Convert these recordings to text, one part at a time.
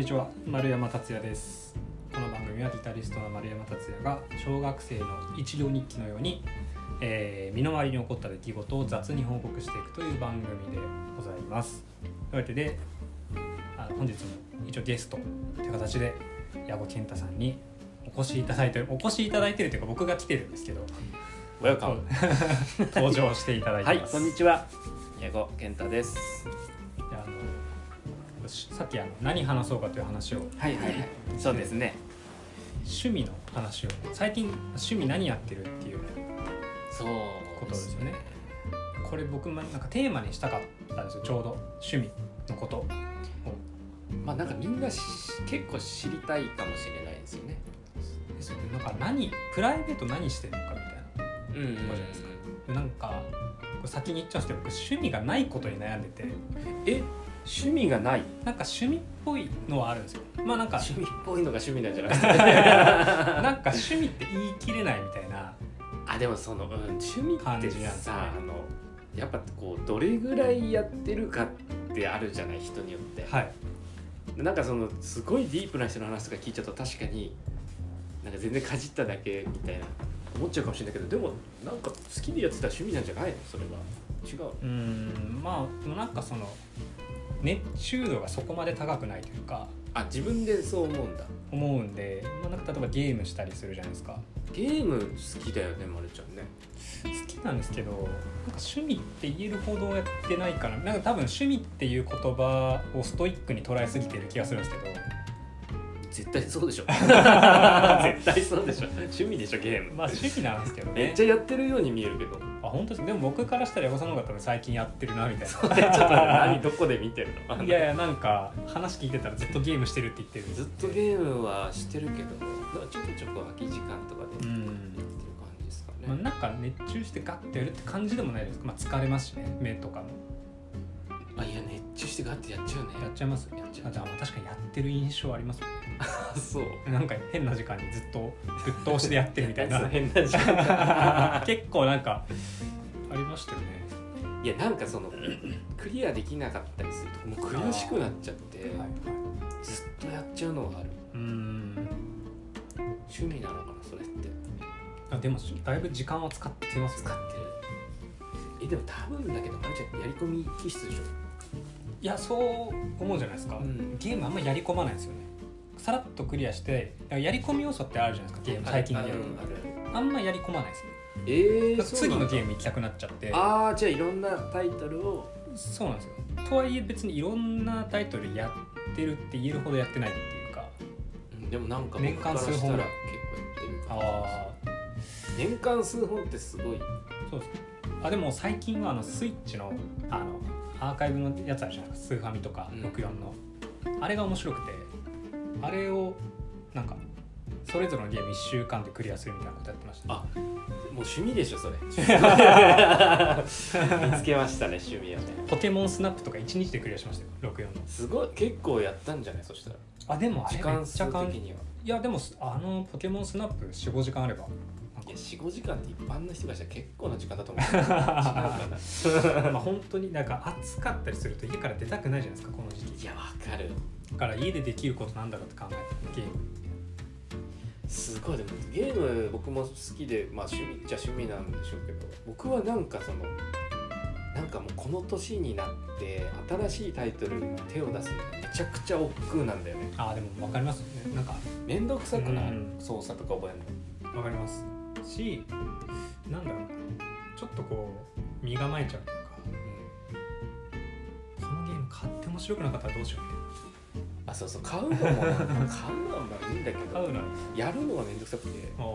ちは、丸山達也です。この番組はギタリストの丸山達也が小学生の一行日記のように、身の回りに起こった出来事を雑に報告していくという番組でございます。というわけで本日も一応ゲストという形で矢後健太さんにお越しいただいてるというか、僕が来てるんですけど登場していただいてます。 はい、こんにちは、矢後健太です。 さっき何話そうかという話を、 そうですね、 趣味の話を、最近趣味何やってるっていうことですよね。これ僕もなんかテーマにしたかったんですよ、ちょうど趣味のことを。 なんかみんな結構知りたいかもしれないですよね。 ですよね。なんかプライベート何してるのかみたいなことじゃないですか。なんかこれ先に言っちゃうんですけど、僕趣味がないことに悩んでて。 趣味がない。 なんか趣味っぽいのはあるんですよ。なんか趣味っぽいのが趣味なんじゃなくてなんか趣味って言い切れないみたいな。 でも趣味ってさ、やっぱこうどれぐらいやってるかってあるじゃない、人によって。 はい。 なんかすごいディープな人の話とか聞いちゃうと、確かになんか全然かじっただけみたいな思っちゃうかもしれないけど、でもなんか好きでやってた趣味なんじゃないの？それは違う。 でもなんか熱中度がそこまで高くないというか。 自分でそう思うんで、なんか例えばゲームしたりするじゃないですか。 ゲーム好きだよね、まるちゃんね。 好きなんですけど、なんか趣味って言えるほどやってないかな。なんか多分趣味っていう言葉をストイックに捉えすぎてる気がするんですけど。 絶対そうでしょ絶対そうでしょ、趣味でしょゲーム。 趣味なんですけどね。 めっちゃやってるように見えるけど。 本当です。でも僕からしたら矢後さんの方が多分最近やってるなみたいな。 ちょっとどこで見てるのいやなんか話聞いてたらずっとゲームしてるって言ってる。 ずっとゲームはしてるけど、ちょこちょこ空き時間とかでやってる感じですかね。 なんか熱中してガッてやるって感じでもないですか。疲れますしね、目とかも。 いや熱中してガッてやっちゃうね。 やっちゃいます。じゃあ確かにやってる印象ありますもんね。 そうなんか変な時間にずっとぶっ通しでやってるみたいな変な時間結構なんかありましたよね。 いやなんかクリアできなかったりするともう悔しくなっちゃって、ずっとやっちゃうのがある。趣味なのかなそれって。 でもだいぶ時間は使ってますよね。 使ってる。でも多分だけどまるちゃんやり込み気質でしょ。 いやそう思うじゃないですか、ゲームあんまやり込まないんですよね。さらっとクリアしてやり込み要素ってあるじゃないですか、ゲーム最近のゲーム。あんまやり込まないですよ。次のゲーム行きたくなっちゃって。じゃあいろんなタイトルを。 そうなんですよ。とはいえ別にいろんなタイトルやってるって言えるほどやってないっていうか。 でもなんか年間数本結構やってる感じ。年間数本ってすごい。 そうです。でも最近はスイッチのアーカイブのやつあるじゃないですか、スーファミとか64の、あれが面白くて、あれをなんかそれぞれのゲーム1週間でクリアするみたいなことやってました。 もう趣味でしょそれ見つけましたね、趣味はね。 ポケモンスナップとか1日でクリアしましたよ、64の。 すごい、結構やったんじゃない？そしたらでも時間数的には。いやでもポケモンスナップ 4,5 時間あれば。 4,5 時間って一般の人がしたら結構な時間だと思う。違うかな本当になんか暑かったりすると家から出たくないじゃないですか、この時期。 いやわかる。 だから家でできることなんだろうって考えてゲーム。 すごい。でもゲーム僕も好きで、趣味っちゃ趣味なんでしょうけど、僕はなんかなんかもうこの年になって新しいタイトルに手を出すのがめちゃくちゃ億劫なんだよね。 でも分かりますね。なんかめんどくさくない？操作とか覚えるの。 分かりますし、なんだろうな、ちょっとこう身構えちゃうというか、このゲーム買って面白くなかったらどうしようみたいな。 そう買うのも買うのはまあいいんだけど、 買うのやるのがめんどくさくて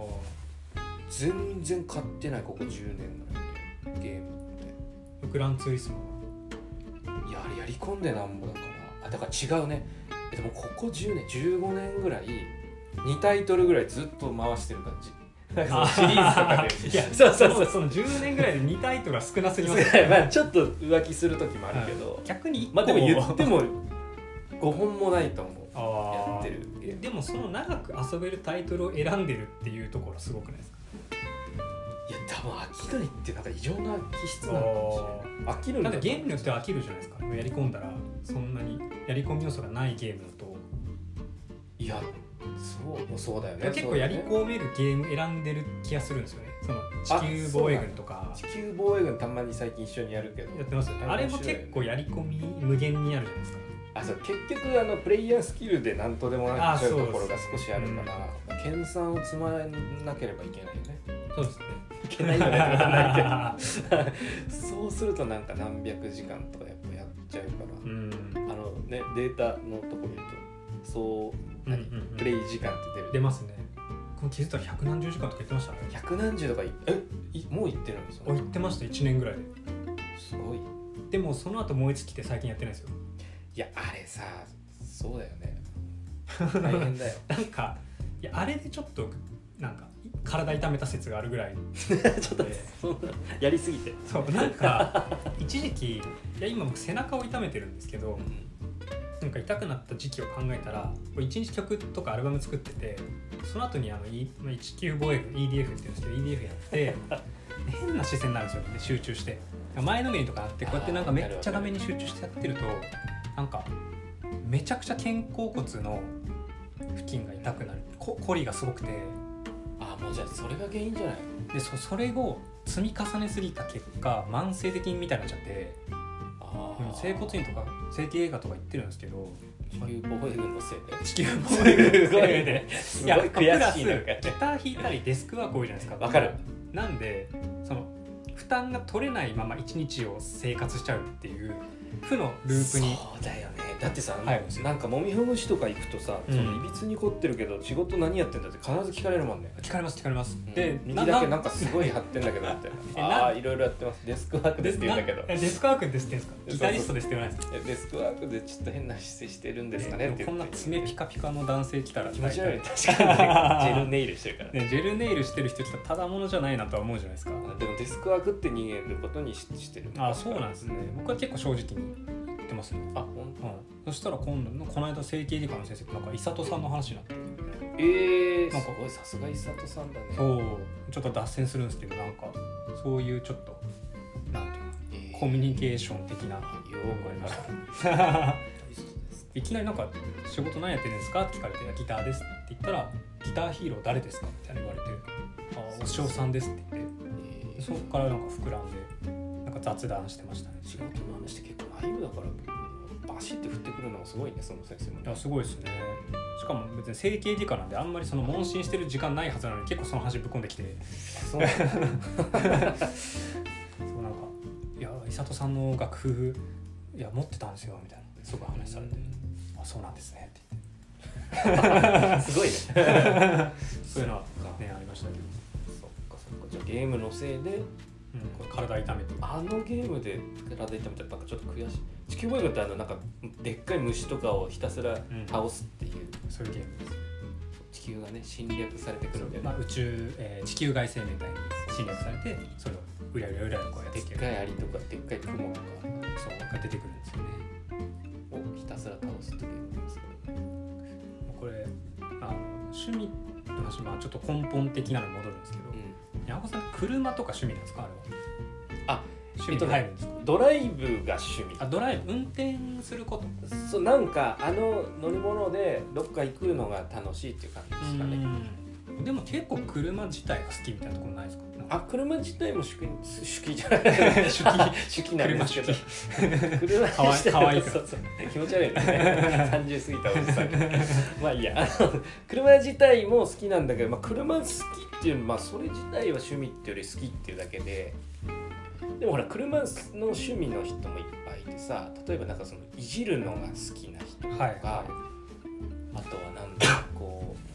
全然買ってない。ここ10年ぐらいでゲームってグランツーリスモやり込んでなんぼだから。だから違うね。でもここ10年15年ぐらい2タイトルぐらいずっと回してる感じ。シリーズとかで。 いやそうその10年ぐらいで2タイトルは少なすぎますね。ちょっと浮気する時もあるけど、 逆にでも言っても5本もないと思う。やってるゲーム。 でも長く遊べるタイトルを選んでるっていうところすごくないですか？ いや多分飽きないってなんか異常な気質なのかもしれない。飽きるんだ。 だってゲームによっては飽きるじゃないですか。やり込んだらそんなにやり込み要素がないゲームだとやそうだよね。 結構やり込めるゲーム選んでる気がするんですよね。その地球防衛軍とか地球防衛軍たまに最近一緒にやるけどやってますよね。あれも結構やり込み無限にあるじゃないですか。 そう結局プレイヤースキルで何とでもなっちゃうところが少しあるから、研鑽を積まなければいけないよね。 そうですね。 いけないよねってことはないけどそうするとなんか何百時間とかやっぱやっちゃうから、ね、データのところに言うとそうプレイ時間って出ますね。この気づいたら百何十時間とか言ってましたね。 百何十とかもう言ってるんですよ。 言ってました。1年ぐらいで。 すごい。 でもその後燃え尽きて最近やってないですよ。 いやあれさそうだよね。大変だよ。 なんかいやあれでちょっとなんか体痛めた説があるぐらいちょっとやりすぎて。 そうなんか一時期いや今僕背中を痛めてるんですけど、なんか痛くなった時期を考えたら一日曲とかアルバム作ってて、その後に地球防衛軍 EDF って言うんですけど EDF やって変な視線になるんですよ。で集中して前のめりとかあってこうやってなんかめっちゃ画面に集中してやってるとなんかめちゃくちゃ肩甲骨の付近が痛くなる。コリがすごくて、 もうじゃあそれが原因じゃないの。 でそれを積み重ねすぎた結果慢性的にみたいになっちゃって、整骨院とか整形外科とか行ってるんですけど、 地球防衛軍のせいで地球防衛軍のせいですごい悔しい。 なんかギター弾いたりデスクワーク多いじゃないですか。 わかる。 なんでその負担が取れないまま一日を生活しちゃうっていう負のループに。 そうだよね。だってさ、なんかもみほぐしとか行くとさ、そのいびつに凝ってるけど仕事何やってんだって必ず聞かれるもんね。 聞かれます、 で右だけなんかすごい張ってんだけどっていろいろやってます。デスクワークですって言うんだけど、 デスクワークですって言うんですか。ギタリストですって言わないですか。 デスクワークでちょっと変な姿勢してるんですかねって。 こんな爪ピカピカの男性来たら気持ち悪い。確かにジェルネイルしてるからね。ジェルネイルしてる人来たらただものじゃないなとは思うじゃないですか。 でもデスクワークって逃げることにしてる。 そうなんですね。僕は結構正直に言ってますね。 本当。 そしたらこの間整形外科の先生となんか伊里さんの話になって、 なんかすごいさすが伊里さんだね。 そうちょっと脱線するんですけど、なんかそういうちょっとなんていうの、コミュニケーション的な用語がありましたいきなりなんか仕事何やってるんですかって聞かれてギターですって言ったら、ギターヒーロー誰ですかみたいな言われて、お師匠さんですって言って、そこからなんか膨らんでなんか雑談してましたね。 仕事の話って結構ナイブだからバシッて振ってくるのがすごいね、その先生も。 いやすごいですね。しかも別に整形外科なんであんまりその問診してる時間ないはずなのに結構その話ぶっ込んできて、そうなんかいや伊里さんの楽譜いや持ってたんですよみたいなすごい話されて、そうなんですねって言ってすごいねそういうのはねありましたけど。 そっかじゃあゲームのせいで体痛めて、 ゲームで体痛めたらなんかちょっと悔しい。地球防衛軍ってなんかでっかい虫とかをひたすら倒すっていう、 そういうゲームです。 地球がね侵略されてくるんで、 宇宙、地球外生命体に侵略されて、それをうらうらこうやってでっかいアリとかでっかいクモとかそうが出てくるんですよね。 をひたすら倒すっていうゲームなんですけど、 これ趣味の話、ちょっと根本的なのに戻るんですけど、山子さん車とか趣味なんですか？あれは趣味に入るんですか？ ドライブが趣味。 ドライブ運転すること。 そうなんか乗り物でどっか行くのが楽しいっていう感じですかね。 でも結構車自体が好きみたいなところないですか？ 車自体も主義じゃない主義なんですけど車かわいいから気持ち悪いですね30過ぎたおじさんまあいいや車自体も好きなんだけど、車好きっていうのは、それ自体は趣味っていうより好きっていうだけで、でもほら車の趣味の人もいっぱいいてさ、例えばなんかそのいじるのが好きな人とか、あとはなんだこう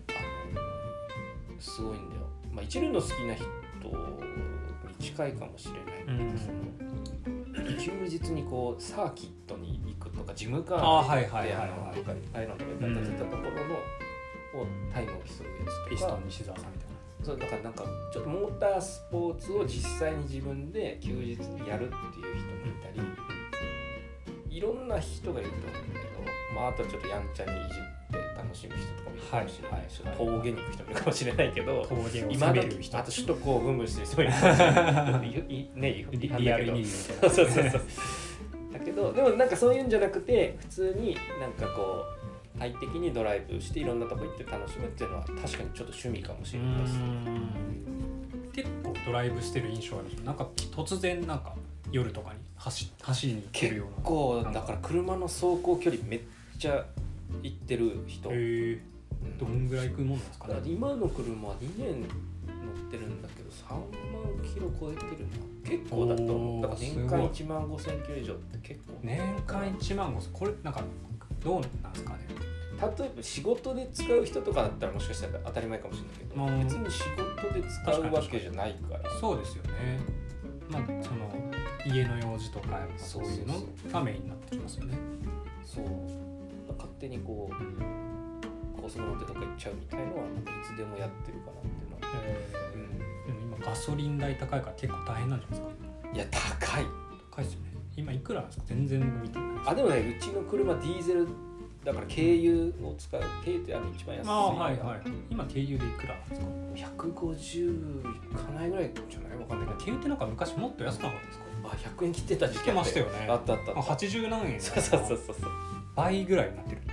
すごいんだよ、いじるの好きな人に近いかもしれないけど、その休日にこうサーキットに行くとかジムカーでああいうのとか立てたところのをタイムを競うやつとか、 ピストン西澤さんみたいな。 そうだからなんかちょっとモータースポーツを実際に自分で休日にやるっていう人もいたり、いろんな人がいると思うんだけど、あとはちょっとやんちゃにいじって楽しむ人とかもいるかもしれない、峠に行く人もいるかもしれないけど、今の人、あと首都高をブンブンしてる人もいるかもしれないリアルにそうだけど、でもなんかそういうんじゃなくて、普通になんかこう快適にドライブしていろんなとこ行って楽しむっていうのは確かにちょっと趣味かもしれないです。 結構ドライブしてる印象あるし、なんか突然なんか夜とかに走りに行けるような。 結構だから車の走行距離めっちゃ行ってる人。 どんぐらい行くもんなんですかね。 今の車は2年乗ってるんだけど3万キロ超えてるな。結構だと思う。だから年間1万5000キロ以上って結構。 年間1万5000、これなんかどうなんですかね。 例えば仕事で使う人とかだったらもしかしたら当たり前かもしれないけど、別に仕事で使うわけじゃないから。 そうですよね。まあその家の用事とかやっぱそういうのがメインになってきますよね。 そう勝手にこう、高速乗ってとか行っちゃうみたいのはなんかいつでもやってるかなっていうのは、 でも今ガソリン代高いから結構大変なんじゃないですか。 いや高いですよね。今いくらなんですか。全然見てないです。 あでもね、うちの車ディーゼルだから軽油を使う。軽油って一番安い。 はいはい。今軽油でいくらなんですか。 150いかないぐらいじゃない？わかんないけど。 軽油ってなんか昔もっと安くなかったですか。 100円切ってた時期あましたよね。 あった 80何円。 そう倍ぐらいになってるって。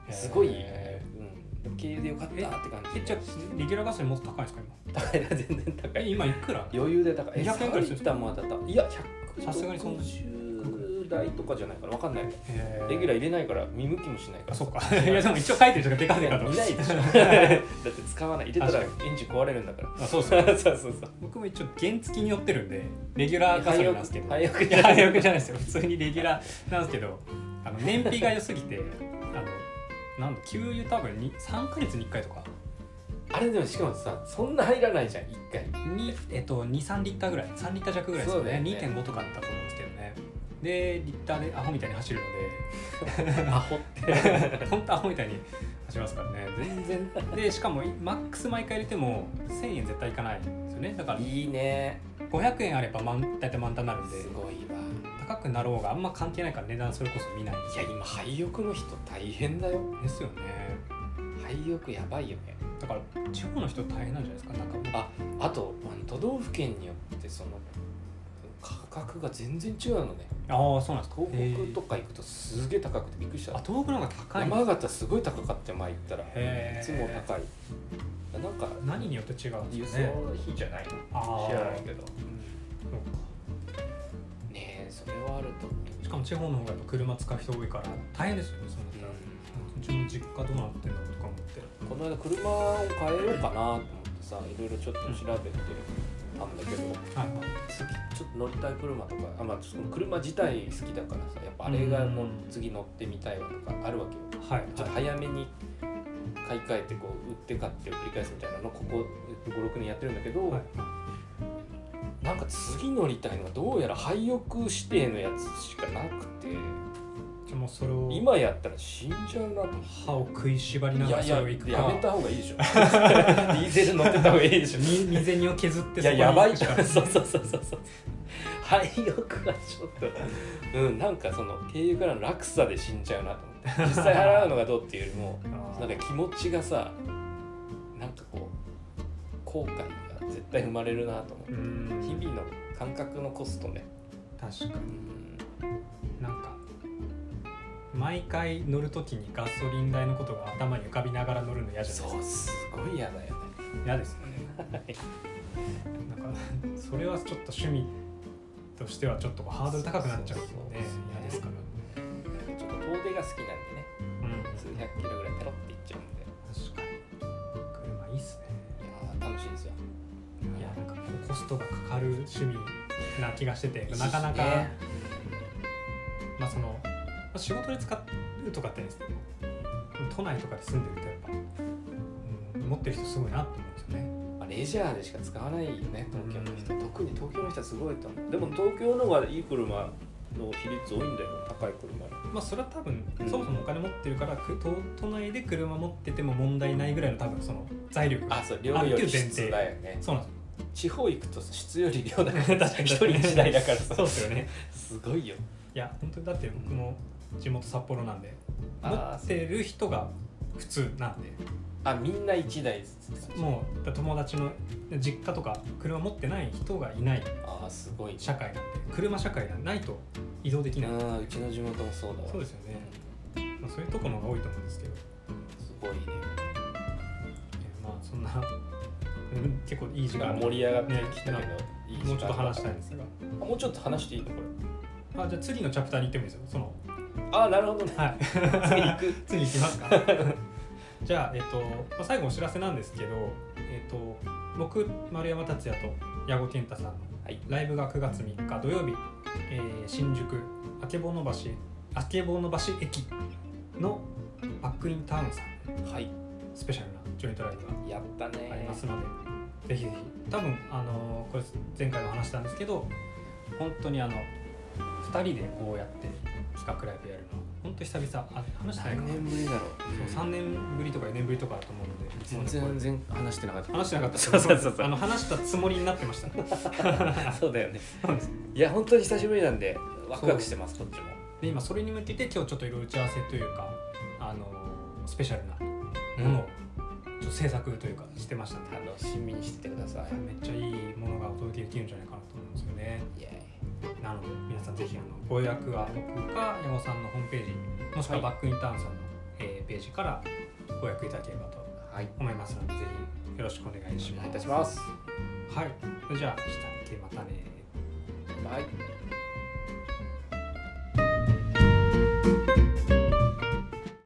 すごい軽油でよかったって感じ。 じゃあレギュラーガソリンもっと高いですか今。 高いな、全然高い。 今いくら？ 余裕で高い。 200円ぐらいするんですか。 いやさすがにそんな 160台とかじゃないかな、わかんない。レギュラー入れないから見向きもしないから。 そっか。いやでも一応書いてる人がでかいかと。 見ないでしょ。だって使わない。入れたらエンジン壊れるんだから。 そうそう僕も一応原付に寄ってるんでレギュラーガソリンなんですけど。 廃屋じゃないですよ。普通にレギュラーなんですけど、燃費が良すぎてなんだ給油多分3ヶ月に1回とか。 あれでもしかもさ、そんな入らないじゃん1回に2、3リッターぐらい、3リッター弱ぐらいですよね。2.5 とかだったと思うんですけどね。でリッターでアホみたいに走るのでアホって本当アホみたいに走りますからね。全然でしかもマックス毎回入れても1000円絶対いかないんですよね。だからいいね。 500円あれば大体満タンになるんで、 すごいわ。 高くなろうがあんま関係ないから値段それこそ見ない。いや今廃屋の人大変だよ。 ですよね。 廃屋やばいよね。 だから地方の人大変なんじゃないですか。なんかあと都道府県によってその価格が全然違うのね。 ああそうなんですか。 東北とか行くとすげえ高くてびっくりした。 東北の方が高い。 山形すごい高かった前行ったら。いつも高い。なんか何によって違うん輸送ですかね。 費じゃないの。知らないけど。ねえ、それはあると思う。 しかも地方の方がやっぱ車使う人多いから大変ですよね。そうなったら。うちの実家どうなってんだろうとか思って。 この間車を変えようかなと思ってさ、いろいろちょっと調べてたんだけど、次ちょっと乗りたい車とか、その車自体好きだからさ、やっぱあれがもう次乗ってみたいわとかあるわけよ。ちょっと早めに買い替えてこう売って買って繰り返すみたいなのをここ 5,6 年やってるんだけど、なんか次乗りたいのがどうやら廃屋指定のやつしかなくて、 もうそれを今やったら死んじゃうなと。 歯を食いしばりながらそれを行くか。 やめた方がいいでしょ。ディーゼル乗ってた方がいいでしょ。 身銭を削ってそこに行くしか。やばい。そう廃屋はちょっとなんかその軽油からの落差で死んじゃうなと思って。実際払うのがどうっていうよりもなんか気持ちがさ、なんかこう後悔が絶対生まれるなと思って。日々の感覚のコストね。 確かに。なんか毎回乗るときにガソリン代のことが頭に浮かびながら乗るの嫌じゃないですか。 そう、すごい嫌だよね。 嫌ですよね。なんかそれはちょっと趣味としてはちょっとハードル高くなっちゃうので嫌ですから。 ちょっと遠出が好きなんでね、数百キロぐらいペロっていっちゃうんで。 確かに車いいっすね。 いや楽しいですよ。 いやなんかコストがかかる趣味な気がしてて、なかなかその仕事で使うとかってですね、都内とかで住んでるとやっぱ、持ってる人すごいなって思うんですよね。 レジャーでしか使わないよね、東京の人。特に東京の人はすごいと思う。でも東京の方がいい車の比率多いんだよ、高い車。 それは多分、そもそもお金持ってるから都内で車持ってても問題ないぐらいの多分その財力があるっていう前提だよね。そうなんです。 地方行くと質より量だから一人一台だからさ。 そうですよね。 すごいよ。 いや本当にだって僕も地元札幌なんで持ってる人が普通なんで。 みんな1台ずつ。 もう友達の実家とか車持ってない人がいないすごい社会なんで、車社会がないと移動できない。 うちの地元もそうだわ。 そうですよね。 まあ、そういうところが多いと思うんですけど、 すごいね。 まあそんな結構いい時間盛り上がってきたけど、 ね、 いい時間もうちょっと話したいんですが、 もうちょっと話していいのこれ。 じゃあ次のチャプターに行ってもいいですよ。そのなるほどね。 はい次行く。 次行きますか。じゃあ、まあ、最後お知らせなんですけど、僕丸山達也と矢後健太さんのライブが9月3日土曜日、新宿あけぼの橋駅のバックインタウンさんで、 はい、 スペシャルなジョイントライブがやったねありますので、ぜひぜひ。多分これ前回も話したんですけど、本当に2人でこうやって企画ライブやるのは本当久々。話してないかな。 何年ぶりだろう。 そう3年ぶりとか4年ぶりとかだと思うので、 全然話してなかった。 話してなかった。 そう話したつもりになってました。 そうだよね。いや本当に久しぶりなんでワクワクしてます。こっちも。 で今それに向けて今日ちょっといろいろ打ち合わせというか、スペシャルなものをちょっと制作というかしてましたので、 楽しみにしててください。 めっちゃいいものがお届けできるんじゃないかなと思うんですよね。 イエなので皆さんぜひご予約は僕か矢後さんのホームページもしくはバックインタウンさんの、ページからご予約いただければと思いますので、ぜひよろしくお願いします。 お願いいたします。 はい。それじゃあしたっけ、またね。 バイ。